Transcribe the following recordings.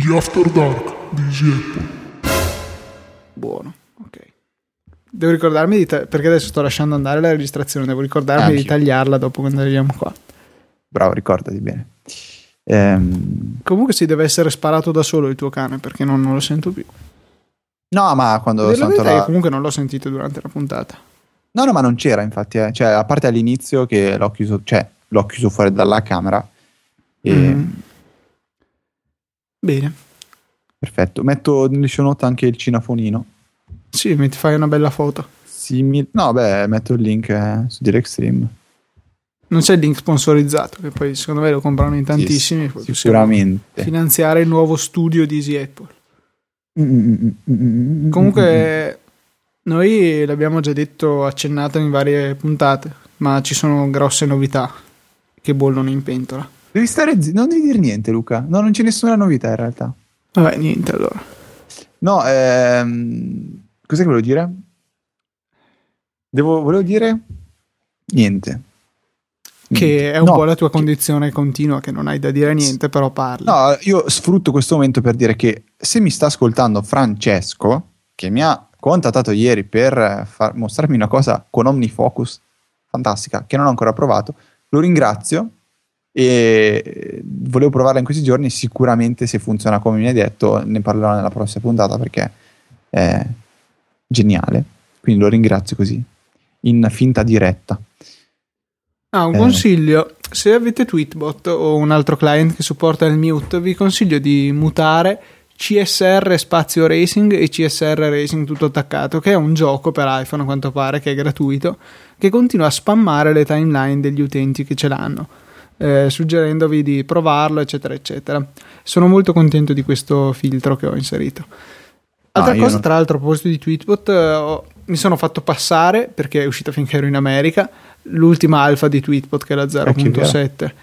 Gli After Dark di Easy Apple. Buono, ok. Devo ricordarmi perché adesso sto lasciando andare la registrazione, devo ricordarmi di tagliarla dopo quando arriviamo qua. Bravo, ricordati bene. Comunque si deve essere sparato da solo il tuo cane, perché non lo sento più. No, ma quando sento che comunque non l'ho sentito durante la puntata. No, ma non c'era, infatti, cioè, a parte all'inizio che l'ho chiuso fuori dalla camera. Bene. Perfetto. Metto nelle show note anche il cinafonino. Sì, mi fai una bella foto. No, beh, metto il link su Direct-Stream. Non c'è il link sponsorizzato, che poi secondo me lo comprano in tantissimi. Sì, sicuramente. Finanziare il nuovo studio di Easy Apple. Comunque noi l'abbiamo già detto, accennato in varie puntate, ma ci sono grosse novità che bollono in pentola. Devi stare non devi dire niente, Luca. No, non c'è nessuna novità in realtà. Vabbè, niente allora. No, cos'è che volevo dire? Volevo dire niente. Che è un po' la tua condizione continua, che non hai da dire niente, però parli. No, io sfrutto questo momento per dire che se mi sta ascoltando Francesco, che mi ha contattato ieri per mostrarmi una cosa con OmniFocus fantastica, che non ho ancora provato, lo ringrazio e volevo provarla in questi giorni. Sicuramente, se funziona come mi hai detto, ne parlerò nella prossima puntata, perché è geniale. Quindi lo ringrazio così, in finta diretta. Un consiglio: se avete Tweetbot o un altro client che supporta il mute, vi consiglio di mutare CSR spazio Racing e CSR Racing tutto attaccato, che è un gioco per iPhone a quanto pare, che è gratuito, che continua a spammare le timeline degli utenti che ce l'hanno, suggerendovi di provarlo, eccetera eccetera. Sono molto contento di questo filtro che ho inserito. Altra cosa, tra l'altro, a proposito di Tweetbot, mi sono fatto passare, perché è uscita finché ero in America, l'ultima alfa di Tweetbot, che è la 0.7,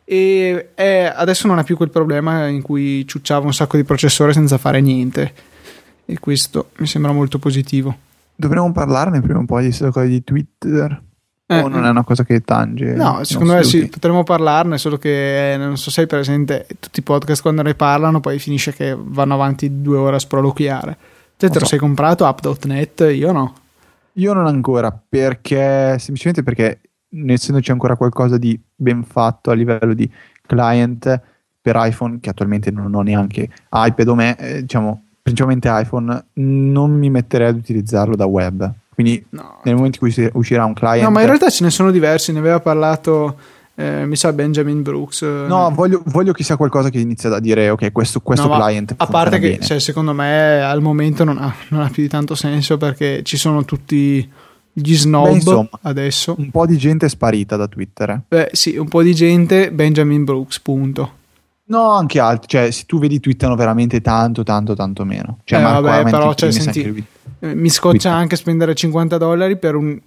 e adesso non ha più quel problema in cui ciucciava un sacco di processore senza fare niente, e questo mi sembra molto positivo. Dovremmo parlarne prima un po' di queste cose di Twitter, o non è una cosa che tange? No, secondo me sì, potremmo parlarne, solo che non so se hai presente, tutti i podcast quando ne parlano poi finisce che vanno avanti 2 ore a sproloquiare. Te lo sei comprato app.net? Io no. Io non ancora, semplicemente perché, essendoci ancora qualcosa di ben fatto a livello di client per iPhone, che attualmente non ho neanche iPad o diciamo principalmente iPhone, non mi metterei ad utilizzarlo da web. Quindi nel momento in cui uscirà un client... No, ma in realtà ce ne sono diversi, ne aveva parlato mi sa Benjamin Brooks. No, voglio che sia qualcosa che inizia da dire ok, questo client a parte che bene. Secondo me al momento non ha più di tanto senso, perché ci sono tutti gli snob. Insomma, adesso un po' di gente è sparita da Twitter. Sì, un po' di gente. Benjamin Brooks, punto. No, anche altri, cioè se tu vedi twittano veramente tanto meno. Cioè vabbè, però senti, mi scoccia Twitter. Anche spendere $50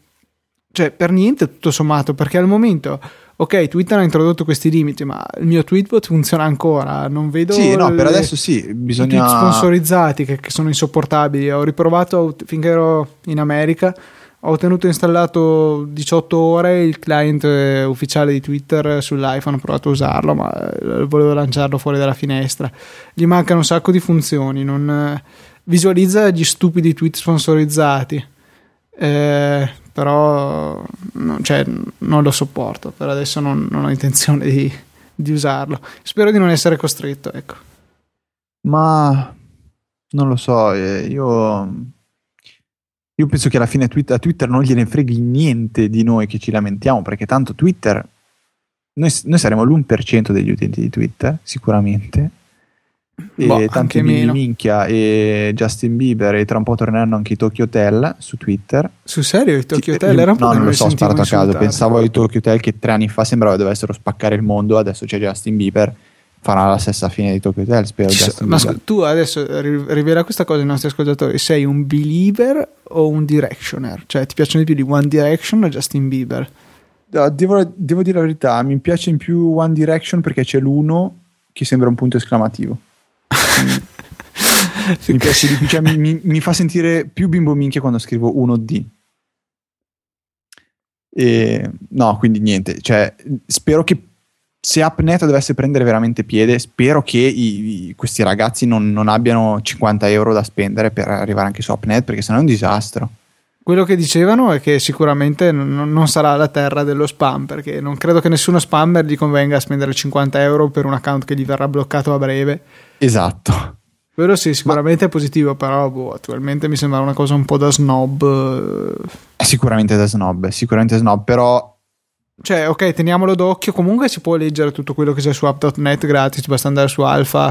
per niente tutto sommato, perché al momento ok, Twitter ha introdotto questi limiti, ma il mio tweetbot funziona ancora, non vedo. Sì, no, per adesso sì, bisogna. I tweet sponsorizzati che sono insopportabili. Ho riprovato finché ero in America, ho tenuto installato 18 ore il client ufficiale di Twitter sull'iPhone, ho provato a usarlo, ma volevo lanciarlo fuori dalla finestra. Gli mancano un sacco di funzioni, non visualizza gli stupidi tweet sponsorizzati, però non lo sopporto. Per adesso non ho intenzione di usarlo. Spero di non essere costretto, ecco. Ma non lo so, io penso che alla fine a Twitter non gliene freghi niente di noi che ci lamentiamo, perché tanto Twitter, noi saremo l'1% degli utenti di Twitter sicuramente, e tanti minchia e Justin Bieber, e tra un po' torneranno anche i Tokyo Hotel su Twitter. Sul serio? I Tokyo Hotel era un po'? No, non lo so, ho sparato a caso. Pensavo ai Tokyo Hotel che 3 anni fa sembrava dovessero spaccare il mondo, adesso c'è Justin Bieber, farà la stessa fine di Tokyo Hotel, spero. Ma tu adesso rivela questa cosa ai nostri ascoltatori: sei un believer o un directioner? Cioè, ti piacciono di più di One Direction o Justin Bieber? No, devo dire la verità, mi piace in più One Direction perché c'è l'1 che sembra un punto esclamativo. Mi piace di più, cioè mi fa sentire più bimbo minchia quando scrivo 1D. No, quindi niente, cioè spero che se AppNet dovesse prendere veramente piede, spero che questi ragazzi non abbiano 50 euro da spendere per arrivare anche su AppNet, perché sennò è un disastro. Quello che dicevano è che sicuramente non sarà la terra dello spam, perché non credo che nessuno spammer gli convenga spendere 50 euro per un account che gli verrà bloccato a breve. Esatto. Quello sì, sicuramente è positivo, però attualmente mi sembra una cosa un po' da snob. È sicuramente da snob, però... Cioè, ok, teniamolo d'occhio. Comunque si può leggere tutto quello che c'è su app.net gratis, basta andare su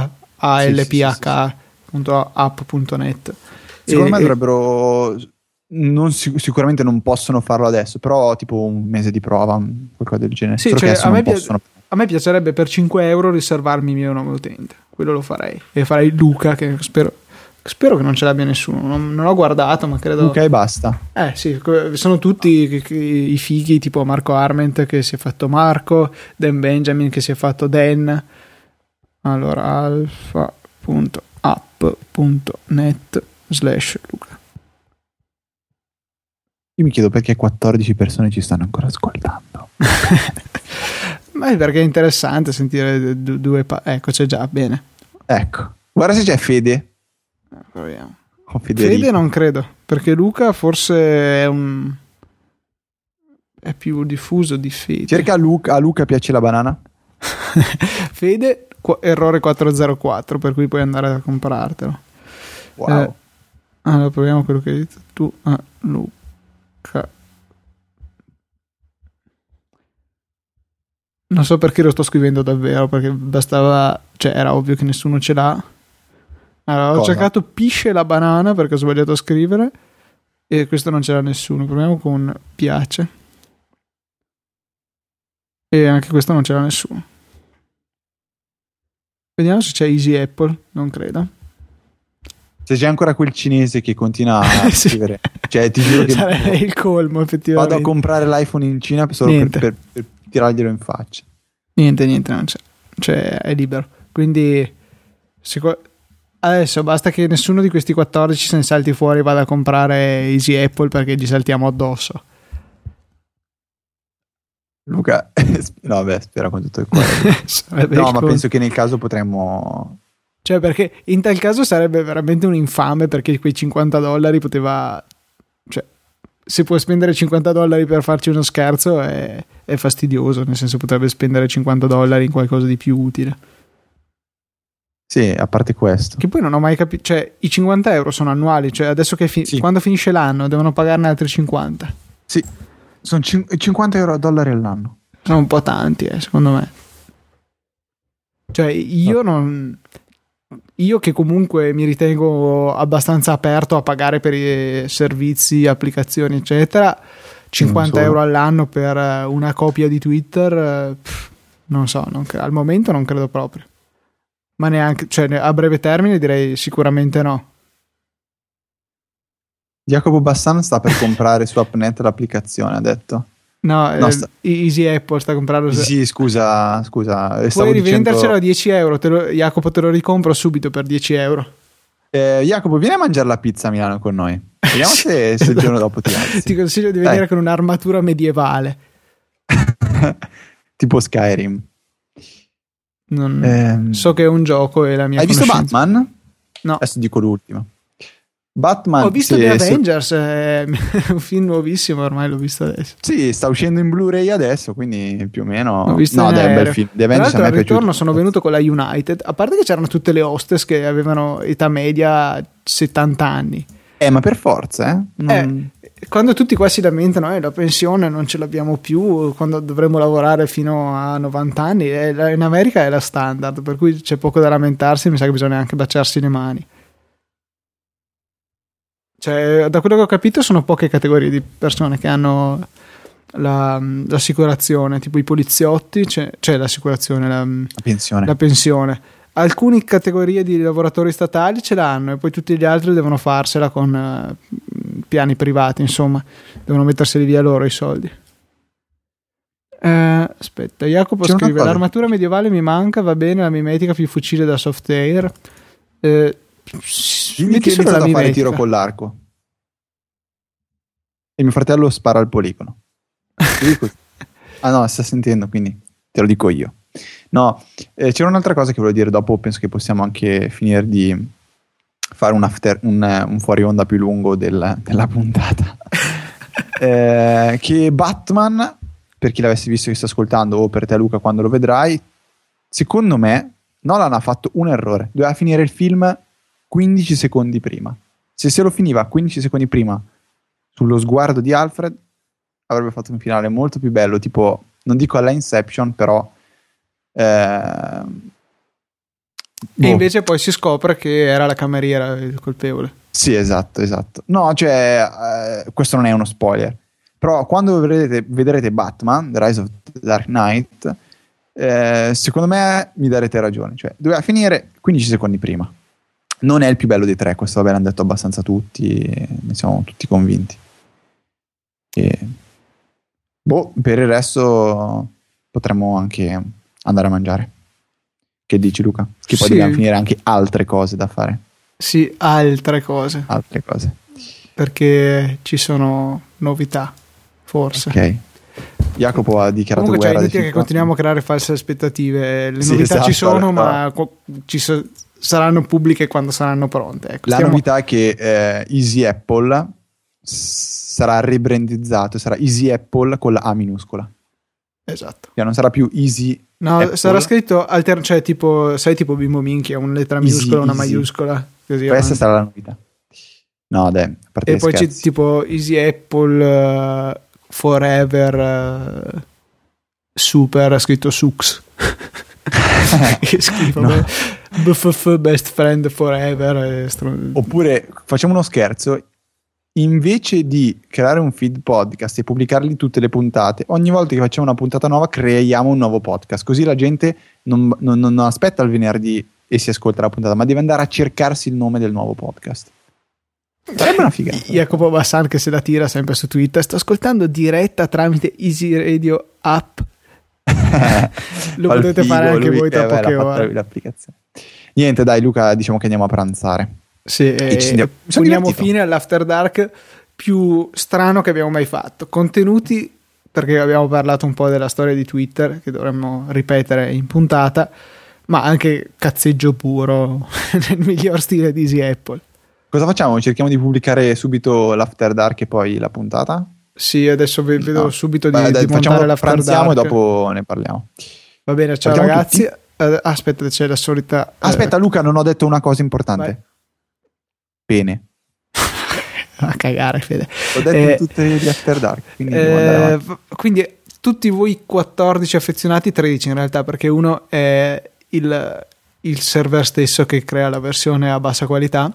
alpha.app.net. Secondo me dovrebbero... sicuramente non possono farlo adesso, però tipo un mese di prova, qualcosa del genere. Sì, cioè, a me piacerebbe per 5 euro riservarmi il mio nome utente. Quello lo farei. E farei Luca, che spero che non ce l'abbia nessuno. Non l'ho guardato, ma credo. Luca e basta. Sì, sono tutti i fighi, tipo Marco Arment che si è fatto Marco, Dan Benjamin che si è fatto Dan. Allora, alpha.app.net/Luca. Io mi chiedo perché 14 persone ci stanno ancora ascoltando. Ma è perché è interessante sentire due ecco, c'è già, bene. Ecco, guarda se c'è Fede. Proviamo. Fede non credo, perché Luca forse è più diffuso di Fede. Cerca a Luca piace la banana. Fede, errore 404, per cui puoi andare a comprartelo. Wow. Allora proviamo quello che hai detto tu. Luca. Non so perché lo sto scrivendo davvero, perché bastava, cioè era ovvio che nessuno ce l'ha. Allora, ho cercato Pisce la banana perché ho sbagliato a scrivere e questo non c'era nessuno. Proviamo con piace e anche questo non c'era nessuno. Vediamo se c'è Easy Apple, non credo. Se c'è ancora quel cinese che continua a scrivere, cioè ti giuro che sarebbe il colmo, effettivamente. Vado a comprare l'iPhone in Cina solo per tirarglielo in faccia. Niente, non c'è. Cioè è libero. Quindi adesso basta che nessuno di questi 14 se ne salti fuori e vada a comprare Easy Apple perché gli saltiamo addosso. Luca, no beh, spera con tutto il cuore. No, ma penso che nel caso potremmo... Cioè, perché in tal caso sarebbe veramente un infame, perché quei $50 poteva... Cioè, se puoi spendere $50 per farci uno scherzo è fastidioso, nel senso potrebbe spendere $50 in qualcosa di più utile. Sì, a parte questo. Che poi non ho mai capito, cioè i 50 euro sono annuali, cioè adesso che quando finisce l'anno devono pagarne altri 50. Sì, sono $50 all'anno. Sono un po' tanti, secondo me. Cioè io che comunque mi ritengo abbastanza aperto a pagare per i servizi, applicazioni eccetera, 50 euro all'anno per una copia di Twitter, non so, al momento non credo proprio, ma neanche, cioè a breve termine direi sicuramente no. Jacopo Bassan sta per comprare su AppNet l'applicazione, ha detto. No, Easy Apple sta comprando. Sì, scusa. Puoi rivendercelo a 10 euro. Jacopo, te lo ricompro subito per 10 euro. Jacopo, vieni a mangiare la pizza a Milano con noi. Vediamo se il giorno dopo ti alzi. Ti consiglio di venire con un'armatura medievale. Tipo Skyrim. So che è un gioco e la mia Hai visto Batman? No. Adesso dico l'ultimo. Batman, ho visto The Avengers, è un film nuovissimo, ormai l'ho visto adesso. Sì, sta uscendo in Blu-ray adesso, quindi più o meno. Ho visto è un bel film. The Avengers tra l'altro al ritorno sono venuto con la United, a parte che c'erano tutte le hostess che avevano età media 70 anni. Ma per forza, quando tutti qua si lamentano, la pensione non ce l'abbiamo più, quando dovremo lavorare fino a 90 anni, in America è la standard, per cui c'è poco da lamentarsi, mi sa che bisogna anche baciarsi le mani. Cioè, da quello che ho capito sono poche categorie di persone che hanno l'assicurazione, tipo i poliziotti, c'è l'assicurazione, la pensione. Alcune categorie di lavoratori statali ce l'hanno e poi tutti gli altri devono farsela con piani privati, insomma, devono metterseli via loro i soldi. Aspetta, Jacopo scrive: l'armatura medievale mi manca, va bene, la mimetica più fucile da soft air. Dimmi che ho iniziato a fare tiro con l'arco e mio fratello spara al poligono. No, sta sentendo, quindi te lo dico io. No, c'era un'altra cosa che volevo dire, dopo penso che possiamo anche finire di fare un fuori onda più lungo della puntata. Che Batman, per chi l'avesse visto che sta ascoltando, o per te Luca quando lo vedrai, secondo me Nolan ha fatto un errore, doveva finire il film 15 secondi prima. Se lo finiva 15 secondi prima sullo sguardo di Alfred, avrebbe fatto un finale molto più bello, tipo, non dico alla Inception, però e invece poi si scopre che era la cameriera il colpevole. Sì, esatto. No, cioè, questo non è uno spoiler, però quando vedrete Batman, The Rise of the Dark Knight, secondo me mi darete ragione, cioè doveva finire 15 secondi prima. Non è il più bello dei tre, questo vabbè, l'hanno detto abbastanza tutti, ne siamo tutti convinti. E per il resto potremmo anche andare a mangiare. Che dici, Luca? Che poi dobbiamo finire anche altre cose da fare. Sì, altre cose. Perché ci sono novità, forse. Ok. Jacopo ha dichiarato comunque guerra. Comunque che continuiamo a creare false aspettative. Le novità esatto, ci sono, ma saranno pubbliche quando saranno pronte. Ecco, la novità è che Easy Apple sarà ribrandizzato, sarà Easy Apple con la A minuscola. Esatto. Cioè non sarà più Easy. No, Apple. sarà scritto cioè tipo, sai, tipo Bimbo Minchia, una lettera minuscola e una maiuscola. Così questa sarà la novità. No, dai, a parte e poi scherzi. c'è tipo Easy Apple Forever Super, scritto Sux. Che schifo. No. BFF Best Friend Forever. Oppure facciamo uno scherzo. Invece di creare un feed podcast e pubblicarli tutte le puntate, ogni volta che facciamo una puntata nuova creiamo un nuovo podcast, così la gente non aspetta il venerdì e si ascolta la puntata, ma deve andare a cercarsi il nome del nuovo podcast. Sarebbe una figata. Jacopo Bassan che se la tira sempre su Twitter, sto ascoltando diretta tramite Easy Radio app. Lo potete fare anche voi tra poche ore. L'applicazione. Niente, dai Luca, diciamo che andiamo a pranzare. Sì, poniamo fine all'After Dark più strano che abbiamo mai fatto. Contenuti, perché abbiamo parlato un po' della storia di Twitter, che dovremmo ripetere in puntata, ma anche cazzeggio puro nel miglior stile di Easy Apple. Cosa facciamo? Cerchiamo di pubblicare subito l'After Dark e poi la puntata? Sì, adesso vedo subito di montare l'After Dark e dopo ne parliamo. Va bene, ciao ragazzi. Aspetta, c'è la solita... Aspetta Luca, non ho detto una cosa importante. Vai. Bene. A cagare, Fede. Ho detto tutte gli After Dark, quindi tutti voi 14 affezionati, 13 in realtà, perché uno è il server stesso che crea la versione a bassa qualità.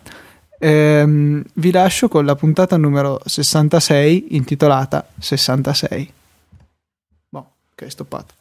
Vi lascio con la puntata numero 66 intitolata 66. Ok, stoppato.